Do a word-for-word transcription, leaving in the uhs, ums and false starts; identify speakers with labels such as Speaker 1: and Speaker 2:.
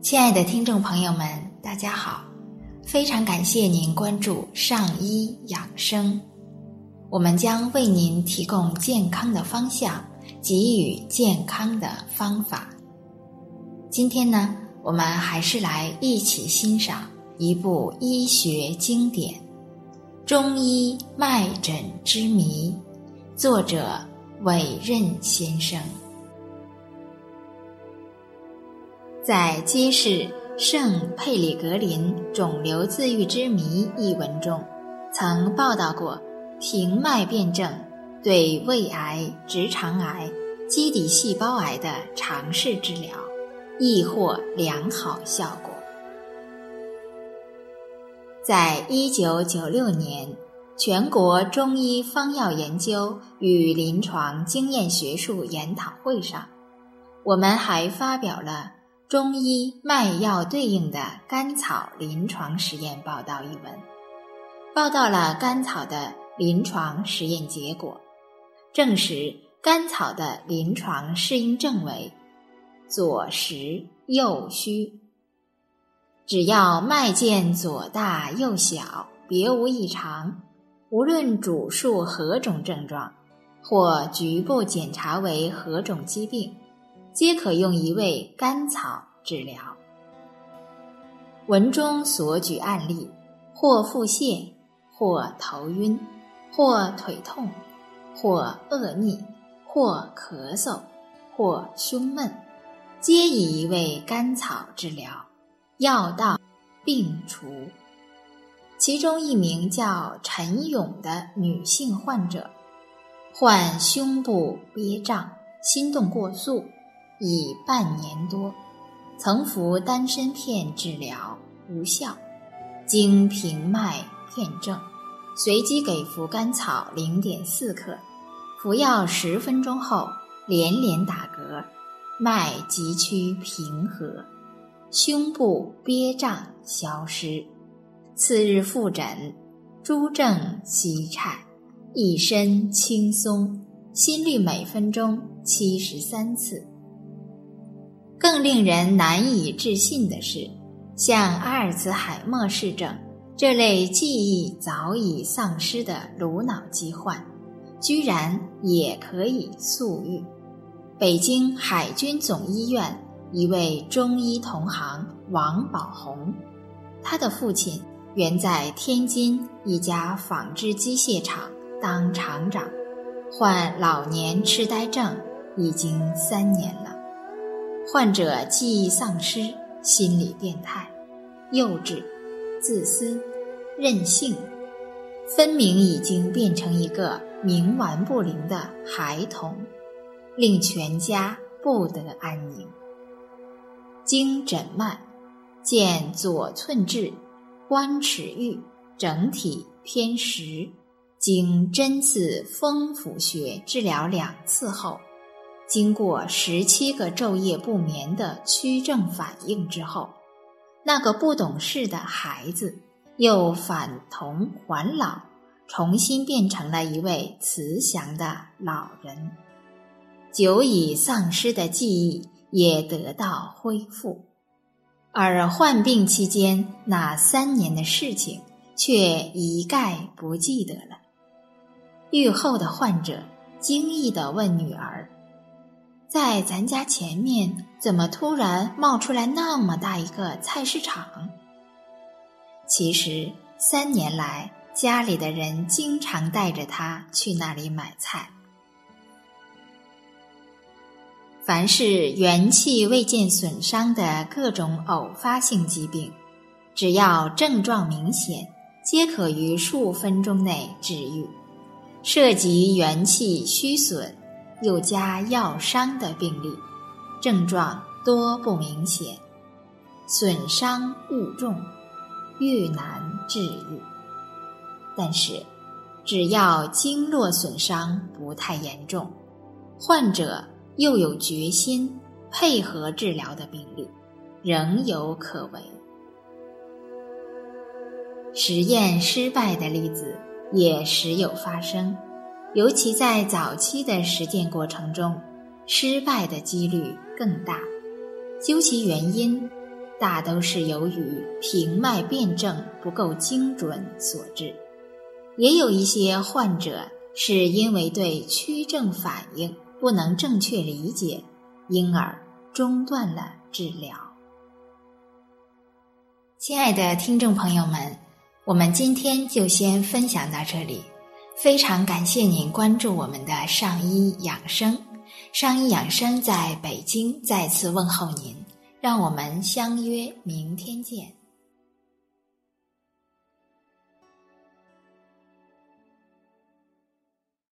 Speaker 1: 亲爱的听众朋友们，大家好，非常感谢您关注上医养生，我们将为您提供健康的方向，给予健康的方法。今天呢，我们还是来一起欣赏一部医学经典《中医脉诊之谜》，作者韦任先生。在揭示圣佩里格林肿瘤自愈之谜一文中，曾报道过停脉辩证对胃癌、直肠癌、基底细胞癌的尝试治疗，亦获良好效果。在一九九六年全国中医方药研究与临床经验学术研讨会上，我们还发表了中医脉药对应的甘草临床实验报道一文，报道了甘草的临床实验结果，证实甘草的临床适应症为左实右虚，只要脉见左大右小，别无异常，无论主诉何种症状，或局部检查为何种疾病，皆可用一味甘草治疗。文中所举案例，或腹泻，或头晕，或腿痛，或恶逆，或咳嗽，或胸闷，皆以一味甘草治疗，药到病除。其中一名叫陈勇的女性患者，患胸部憋胀、心动过速已半年多，曾服丹参片治疗无效，经平脉辩证，随即给服甘草 零点四 克，服药十分钟后连连打嗝，脉急趋平和，胸部憋胀消失。次日复诊，诸症息颤，一身轻松，心率每分钟七十三次。更令人难以置信的是，像阿尔茨海默氏症这类记忆早已丧失的颅脑疾患，居然也可以速愈。北京海军总医院一位中医同行王宝红，他的父亲原在天津一家纺织机械厂当厂长，患老年痴呆症已经三年了。患者记忆丧失，心理变态，幼稚、自私、任性，分明已经变成一个冥顽不灵的孩童，令全家不得安宁。经诊脉，见左寸质、关尺域整体偏实，经针刺风府穴治疗两次后，经过十七个昼夜不眠的趋症反应之后，那个不懂事的孩子又返童还老，重新变成了一位慈祥的老人，久已丧失的记忆也得到恢复，而患病期间那三年的事情却一概不记得了。愈后的患者惊异地问女儿，在咱家前面怎么突然冒出来那么大一个菜市场？其实三年来家里的人经常带着他去那里买菜。凡是元气未见损伤的各种偶发性疾病，只要症状明显，皆可于数分钟内治愈。涉及元气虚损又加药伤的病例，症状多不明显，损伤愈重，愈难治愈。但是只要经络损伤不太严重，患者又有决心配合治疗的病例，仍有可为。实验失败的例子也时有发生，尤其在早期的实践过程中，失败的几率更大。究其原因， 大都是由于平脉辨证不够精准所致，也有一些患者是因为对区症反应不能正确理解，因而中断了治疗。亲爱的听众朋友们，我们今天就先分享到这里，非常感谢您关注我们的上医养生。上医养生在北京再次问候您，让我们相约明天见。